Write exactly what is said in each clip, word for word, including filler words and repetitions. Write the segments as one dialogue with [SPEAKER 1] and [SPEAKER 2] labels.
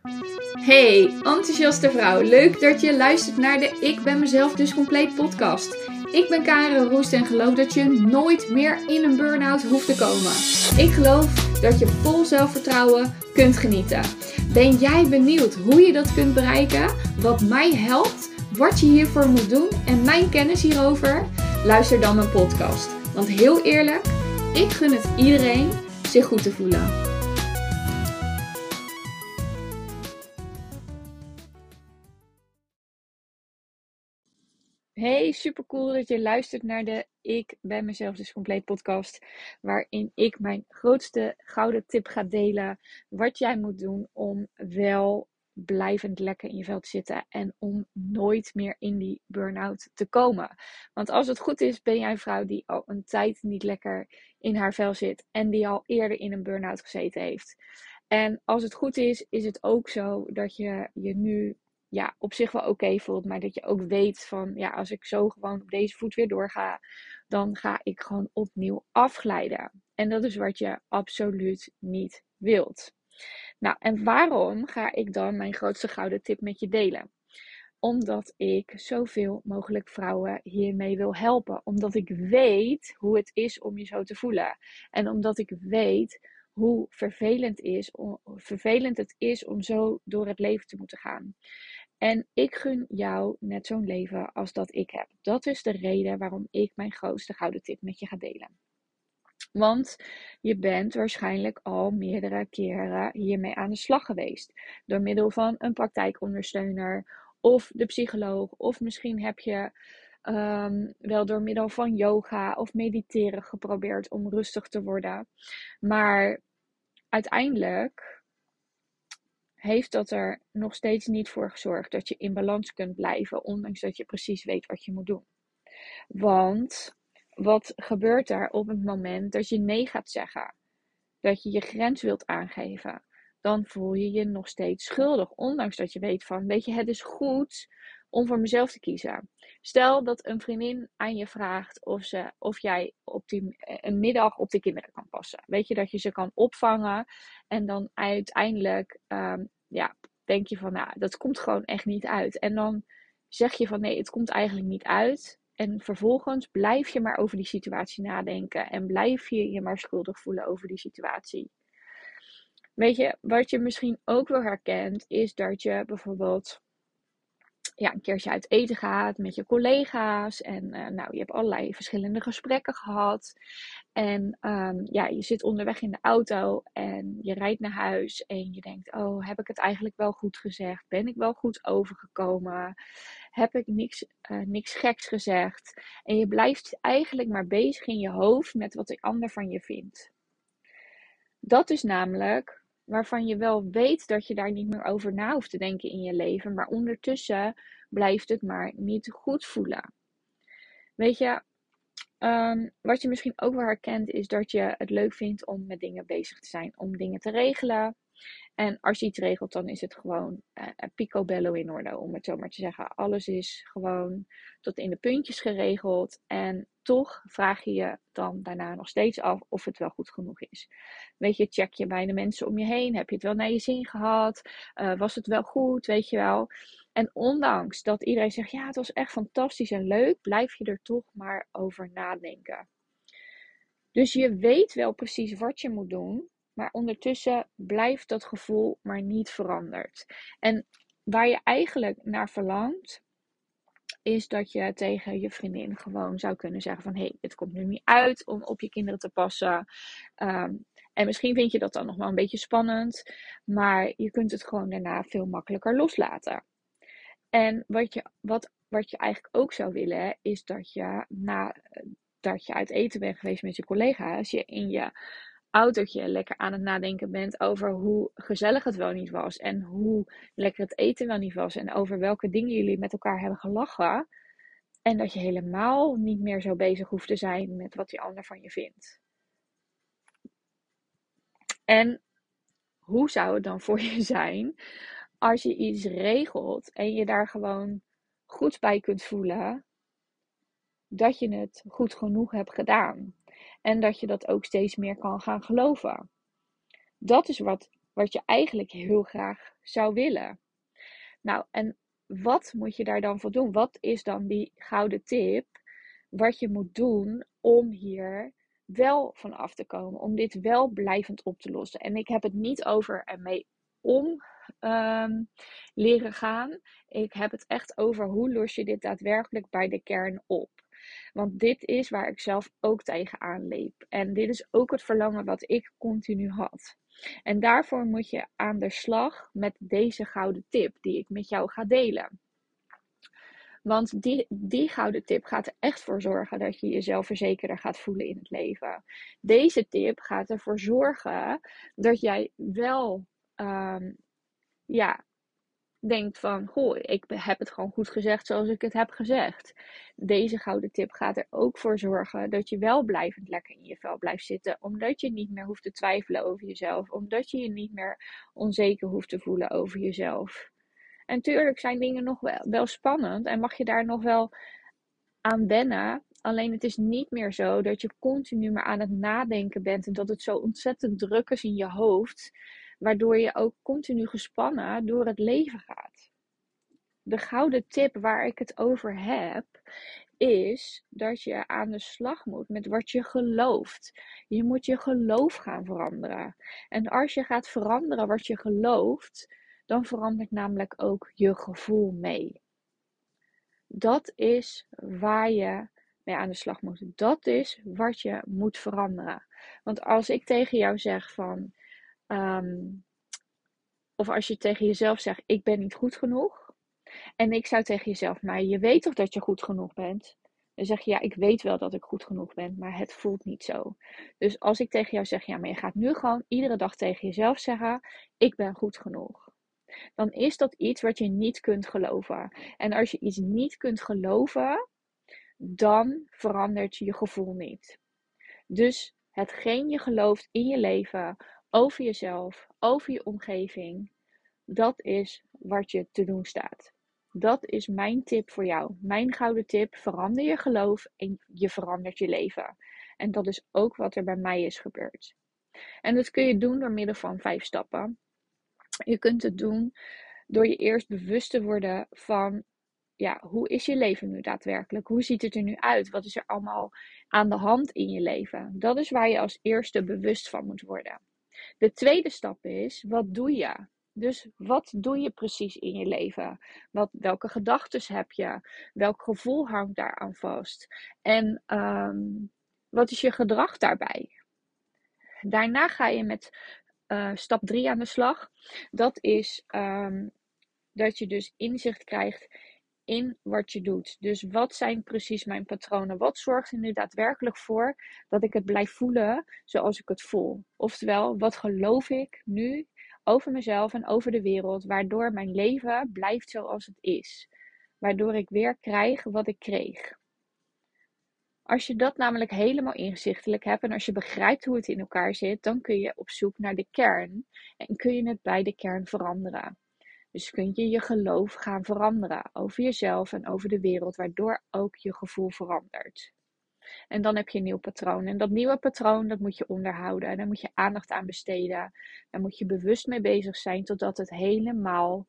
[SPEAKER 1] Hey, enthousiaste vrouw. Leuk dat je luistert naar de Ik ben mezelf dus compleet podcast. Ik ben Karen Roest en geloof dat je nooit meer in een burn-out hoeft te komen. Ik geloof dat je vol zelfvertrouwen kunt genieten. Ben jij benieuwd hoe je dat kunt bereiken? Wat mij helpt? Wat je hiervoor moet doen? En mijn kennis hierover? Luister dan mijn podcast. Want heel eerlijk, ik gun het iedereen zich goed te voelen. Hey, super cool dat je luistert naar de Ik ben mezelf dus compleet podcast. Waarin ik mijn grootste gouden tip ga delen. Wat jij moet doen om wel blijvend lekker in je vel te zitten. En om nooit meer in die burn-out te komen. Want als het goed is, ben jij een vrouw die al een tijd niet lekker in haar vel zit. En die al eerder in een burn-out gezeten heeft. En als het goed is, is het ook zo dat je je nu... ja, op zich wel oké okay voelt. Maar dat je ook weet van, ja, als ik zo gewoon op deze voet weer doorga, dan ga ik gewoon opnieuw afglijden. En dat is wat je absoluut niet wilt. Nou, en waarom ga ik dan mijn grootste gouden tip met je delen? Omdat ik zoveel mogelijk vrouwen hiermee wil helpen. Omdat ik weet hoe het is om je zo te voelen. En omdat ik weet hoe vervelend, is, vervelend het is om zo door het leven te moeten gaan. En ik gun jou net zo'n leven als dat ik heb. Dat is de reden waarom ik mijn grootste gouden tip met je ga delen. Want je bent waarschijnlijk al meerdere keren hiermee aan de slag geweest. Door middel van een praktijkondersteuner of de psycholoog. Of misschien heb je um, wel door middel van yoga of mediteren geprobeerd om rustig te worden. Maar uiteindelijk heeft dat er nog steeds niet voor gezorgd dat je in balans kunt blijven, ondanks dat je precies weet wat je moet doen. Want wat gebeurt er op het moment dat je nee gaat zeggen? Dat je je grens wilt aangeven? Dan voel je je nog steeds schuldig, ondanks dat je weet van, weet je, het is goed om voor mezelf te kiezen. Stel dat een vriendin aan je vraagt of, ze, of jij op die, een middag op de kinderen kan passen. Weet je, dat je ze kan opvangen en dan uiteindelijk um, ja, denk je van, nou, dat komt gewoon echt niet uit. En dan zeg je van, nee, het komt eigenlijk niet uit. En vervolgens blijf je maar over die situatie nadenken en blijf je je maar schuldig voelen over die situatie. Weet je, wat je misschien ook wel herkent, is dat je bijvoorbeeld ja, een keertje uit eten gaat met je collega's. En uh, nou, je hebt allerlei verschillende gesprekken gehad. En um, ja, je zit onderweg in de auto en je rijdt naar huis. En je denkt, oh, heb ik het eigenlijk wel goed gezegd? Ben ik wel goed overgekomen? Heb ik niks, uh, niks geks gezegd? En je blijft eigenlijk maar bezig in je hoofd met wat de ander van je vindt. Dat is namelijk waarvan je wel weet dat je daar niet meer over na hoeft te denken in je leven. Maar ondertussen blijft het maar niet goed voelen. Weet je, um, wat je misschien ook wel herkent is dat je het leuk vindt om met dingen bezig te zijn. Om dingen te regelen. En als je iets regelt, dan is het gewoon uh, picobello in orde, om het zo maar te zeggen. Alles is gewoon tot in de puntjes geregeld. En toch vraag je je dan daarna nog steeds af of het wel goed genoeg is. Weet je, check je bij de mensen om je heen. Heb je het wel naar je zin gehad? Uh, was het wel goed? Weet je wel. En ondanks dat iedereen zegt, ja, het was echt fantastisch en leuk, blijf je er toch maar over nadenken. Dus je weet wel precies wat je moet doen. Maar ondertussen blijft dat gevoel maar niet veranderd. En waar je eigenlijk naar verlangt, is dat je tegen je vriendin gewoon zou kunnen zeggen van, hé, hey, het komt nu niet uit om op je kinderen te passen. Um, en misschien vind je dat dan nog wel een beetje spannend. Maar je kunt het gewoon daarna veel makkelijker loslaten. En wat je, wat, wat je eigenlijk ook zou willen, is dat je nadat je uit eten bent geweest met je collega's, je in je autootje lekker aan het nadenken bent over hoe gezellig het wel niet was. En hoe lekker het eten wel niet was. En over welke dingen jullie met elkaar hebben gelachen. En dat je helemaal niet meer zo bezig hoeft te zijn met wat die ander van je vindt. En hoe zou het dan voor je zijn als je iets regelt en je daar gewoon goed bij kunt voelen dat je het goed genoeg hebt gedaan. En dat je dat ook steeds meer kan gaan geloven. Dat is wat wat je eigenlijk heel graag zou willen. Nou, en wat moet je daar dan voor doen? Wat is dan die gouden tip wat je moet doen om hier wel van af te komen, om dit wel blijvend op te lossen? En ik heb het niet over ermee om um, leren gaan. Ik heb het echt over hoe los je dit daadwerkelijk bij de kern op. Want dit is waar ik zelf ook tegenaan liep. En dit is ook het verlangen wat ik continu had. En daarvoor moet je aan de slag met deze gouden tip die ik met jou ga delen. Want die, die gouden tip gaat er echt voor zorgen dat je jezelf verzekerder gaat voelen in het leven. Deze tip gaat ervoor zorgen dat jij wel um, ja, denkt van, goh, ik heb het gewoon goed gezegd zoals ik het heb gezegd. Deze gouden tip gaat er ook voor zorgen dat je wel blijvend lekker in je vel blijft zitten. Omdat je niet meer hoeft te twijfelen over jezelf. Omdat je je niet meer onzeker hoeft te voelen over jezelf. En tuurlijk zijn dingen nog wel, wel spannend en mag je daar nog wel aan wennen. Alleen het is niet meer zo dat je continu maar aan het nadenken bent en dat het zo ontzettend druk is in je hoofd, waardoor je ook continu gespannen door het leven gaat. De gouden tip waar ik het over heb, is dat je aan de slag moet met wat je gelooft. Je moet je geloof gaan veranderen. En als je gaat veranderen wat je gelooft, dan verandert namelijk ook je gevoel mee. Dat is waar je mee aan de slag moet. Dat is wat je moet veranderen. Want als ik tegen jou zeg van, um, of als je tegen jezelf zegt, ik ben niet goed genoeg. En ik zou tegen jezelf, maar je weet toch dat je goed genoeg bent? Dan zeg je, ja, ik weet wel dat ik goed genoeg ben, maar het voelt niet zo. Dus als ik tegen jou zeg, ja, maar je gaat nu gewoon iedere dag tegen jezelf zeggen, ik ben goed genoeg. Dan is dat iets wat je niet kunt geloven. En als je iets niet kunt geloven, dan verandert je gevoel niet. Dus hetgeen je gelooft in je leven, over jezelf, over je omgeving, dat is wat je te doen staat. Dat is mijn tip voor jou. Mijn gouden tip: verander je geloof en je verandert je leven. En dat is ook wat er bij mij is gebeurd. En dat kun je doen door middel van vijf stappen. Je kunt het doen door je eerst bewust te worden van, ja, hoe is je leven nu daadwerkelijk? Hoe ziet het er nu uit? Wat is er allemaal aan de hand in je leven? Dat is waar je als eerste bewust van moet worden. De tweede stap is, wat doe je? Dus wat doe je precies in je leven? Wat, welke gedachten heb je? Welk gevoel hangt daaraan vast? En um, wat is je gedrag daarbij? Daarna ga je met uh, stap drie aan de slag. Dat is um, dat je dus inzicht krijgt in wat je doet. Dus wat zijn precies mijn patronen? Wat zorgt er nu daadwerkelijk voor dat ik het blijf voelen zoals ik het voel? Oftewel, wat geloof ik nu over mezelf en over de wereld, waardoor mijn leven blijft zoals het is? Waardoor ik weer krijg wat ik kreeg. Als je dat namelijk helemaal inzichtelijk hebt en als je begrijpt hoe het in elkaar zit, dan kun je op zoek naar de kern en kun je het bij de kern veranderen. Dus kun je je geloof gaan veranderen over jezelf en over de wereld, waardoor ook je gevoel verandert. En dan heb je een nieuw patroon. En dat nieuwe patroon, dat moet je onderhouden. En daar moet je aandacht aan besteden. Daar moet je bewust mee bezig zijn, totdat het helemaal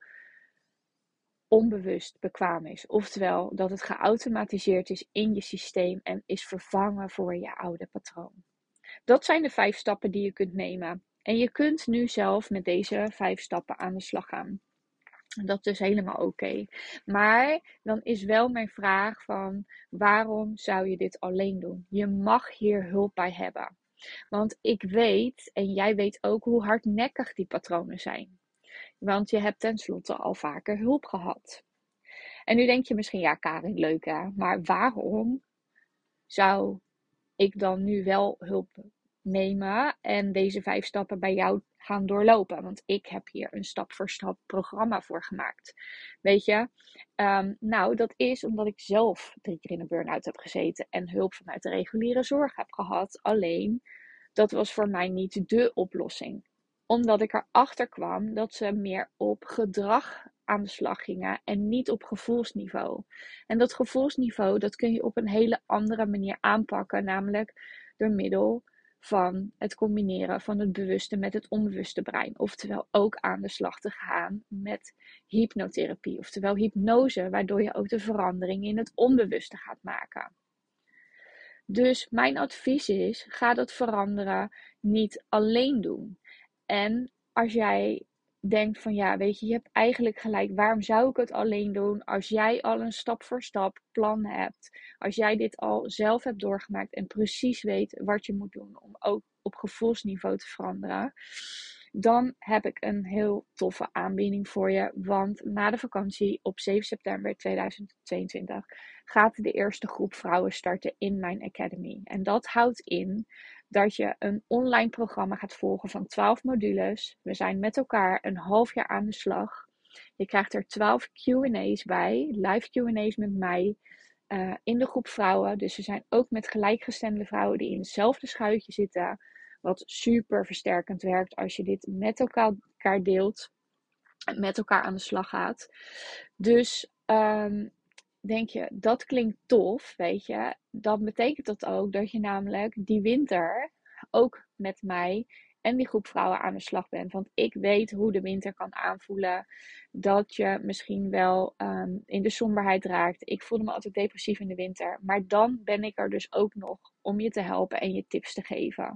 [SPEAKER 1] onbewust bekwaam is. Oftewel, dat het geautomatiseerd is in je systeem en is vervangen voor je oude patroon. Dat zijn de vijf stappen die je kunt nemen. En je kunt nu zelf met deze vijf stappen aan de slag gaan. Dat is helemaal oké. Okay. Maar dan is wel mijn vraag van, waarom zou je dit alleen doen? Je mag hier hulp bij hebben. Want ik weet, en jij weet ook, hoe hardnekkig die patronen zijn. Want je hebt tenslotte al vaker hulp gehad. En nu denk je misschien, ja Karin, leuk hè. Maar waarom zou ik dan nu wel hulp nemen en deze vijf stappen bij jou gaan doorlopen? Want ik heb hier een stap voor stap programma voor gemaakt. Weet je? Um, nou, dat is omdat ik zelf drie keer in een burn-out heb gezeten en hulp vanuit de reguliere zorg heb gehad. Alleen, dat was voor mij niet de oplossing. Omdat ik erachter kwam dat ze meer op gedrag aan de slag gingen en niet op gevoelsniveau. En dat gevoelsniveau, dat kun je op een hele andere manier aanpakken, namelijk door middel van het combineren van het bewuste met het onbewuste brein. Oftewel ook aan de slag te gaan met hypnotherapie. Oftewel hypnose, waardoor je ook de verandering in het onbewuste gaat maken. Dus mijn advies is, ga dat veranderen niet alleen doen. En als jij denkt van ja, weet je, je hebt eigenlijk gelijk, waarom zou ik het alleen doen? Als jij al een stap voor stap plan hebt, als jij dit al zelf hebt doorgemaakt en precies weet wat je moet doen om ook op gevoelsniveau te veranderen, dan heb ik een heel toffe aanbieding voor je. Want na de vakantie op zeven september tweeduizend tweeëntwintig gaat de eerste groep vrouwen starten in mijn Academy. En dat houdt in dat je een online programma gaat volgen van twaalf modules. We zijn met elkaar een half jaar aan de slag. Je krijgt er twaalf Q en A's bij, live Q en A's met mij uh, in de groep vrouwen. Dus we zijn ook met gelijkgestemde vrouwen die in hetzelfde schuitje zitten. Wat super versterkend werkt als je dit met elkaar deelt. Met elkaar aan de slag gaat. Dus um, denk je, dat klinkt tof, weet je. Dan betekent dat ook dat je namelijk die winter ook met mij en die groep vrouwen aan de slag bent. Want ik weet hoe de winter kan aanvoelen. Dat je misschien wel um, in de somberheid raakt. Ik voelde me altijd depressief in de winter. Maar dan ben ik er dus ook nog om je te helpen en je tips te geven.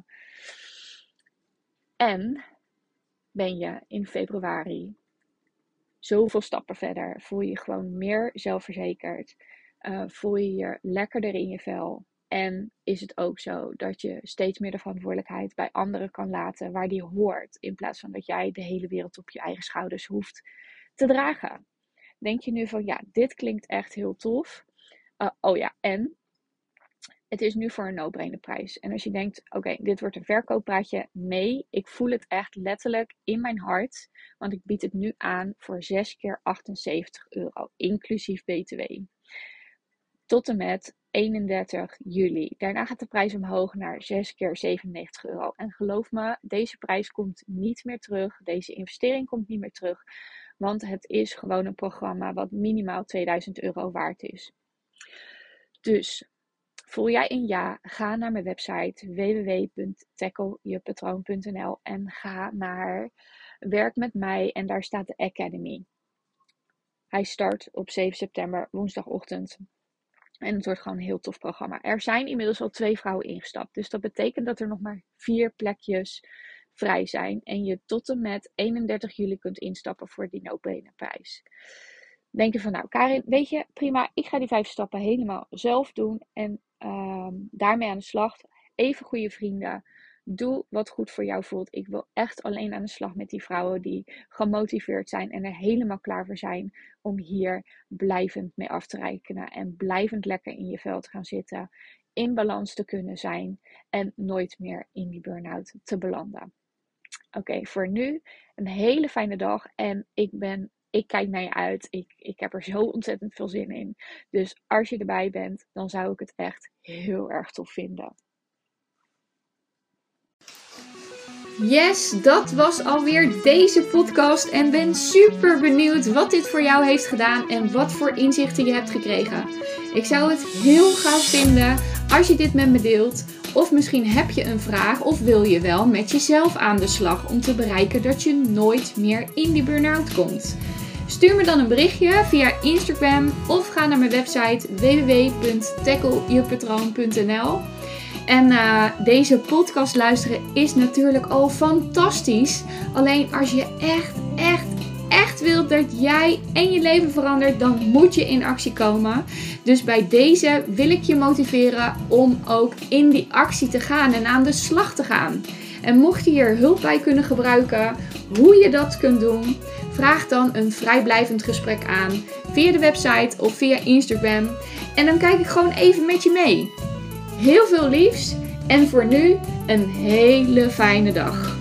[SPEAKER 1] En ben je in februari zoveel stappen verder. Voel je je gewoon meer zelfverzekerd. Uh, voel je je lekkerder in je vel. En is het ook zo dat je steeds meer de verantwoordelijkheid bij anderen kan laten waar die hoort. In plaats van dat jij de hele wereld op je eigen schouders hoeft te dragen. Denk je nu van ja, dit klinkt echt heel tof. Uh, oh ja, en het is nu voor een no-brainer prijs. En als je denkt, oké, okay, dit wordt een verkooppraatje. Nee, ik voel het echt letterlijk in mijn hart. Want ik bied het nu aan voor zes keer achtenzeventig euro. Inclusief B T W. Tot en met eenendertig juli. Daarna gaat de prijs omhoog naar zes keer zevenennegentig euro. En geloof me, deze prijs komt niet meer terug. Deze investering komt niet meer terug. Want het is gewoon een programma wat minimaal tweeduizend euro waard is. Dus voel jij een ja, ga naar mijn website w w w punt tackle je patroon punt n l en ga naar werk met mij en daar staat de Academy. Hij start op zeven september, woensdagochtend. En het wordt gewoon een heel tof programma. Er zijn inmiddels al twee vrouwen ingestapt. Dus dat betekent dat er nog maar vier plekjes vrij zijn. En je tot en met eenendertig juli kunt instappen voor die no-brainer prijs. Denk je van nou Karin, weet je, prima. Ik ga die vijf stappen helemaal zelf doen. En um, daarmee aan de slag. Even goede vrienden. Doe wat goed voor jou voelt. Ik wil echt alleen aan de slag met die vrouwen die gemotiveerd zijn en er helemaal klaar voor zijn om hier blijvend mee af te rekenen en blijvend lekker in je vel te gaan zitten, in balans te kunnen zijn en nooit meer in die burn-out te belanden. Oké, okay, voor nu een hele fijne dag en ik ben, ik kijk naar je uit. Ik, ik heb er zo ontzettend veel zin in. Dus als je erbij bent, dan zou ik het echt heel erg tof vinden.
[SPEAKER 2] Yes, dat was alweer deze podcast en ben super benieuwd wat dit voor jou heeft gedaan en wat voor inzichten je hebt gekregen. Ik zou het heel gaaf vinden als je dit met me deelt. Of misschien heb je een vraag of wil je wel met jezelf aan de slag om te bereiken dat je nooit meer in die burn-out komt. Stuur me dan een berichtje via Instagram of ga naar mijn website w w w punt tackle je patroon punt n l. En uh, deze podcast luisteren is natuurlijk al fantastisch. Alleen als je echt, echt, echt wilt dat jij en je leven verandert, dan moet je in actie komen. Dus bij deze wil ik je motiveren om ook in die actie te gaan en aan de slag te gaan. En mocht je hier hulp bij kunnen gebruiken, hoe je dat kunt doen, vraag dan een vrijblijvend gesprek aan via de website of via Instagram. En dan kijk ik gewoon even met je mee. Heel veel liefs en voor nu een hele fijne dag.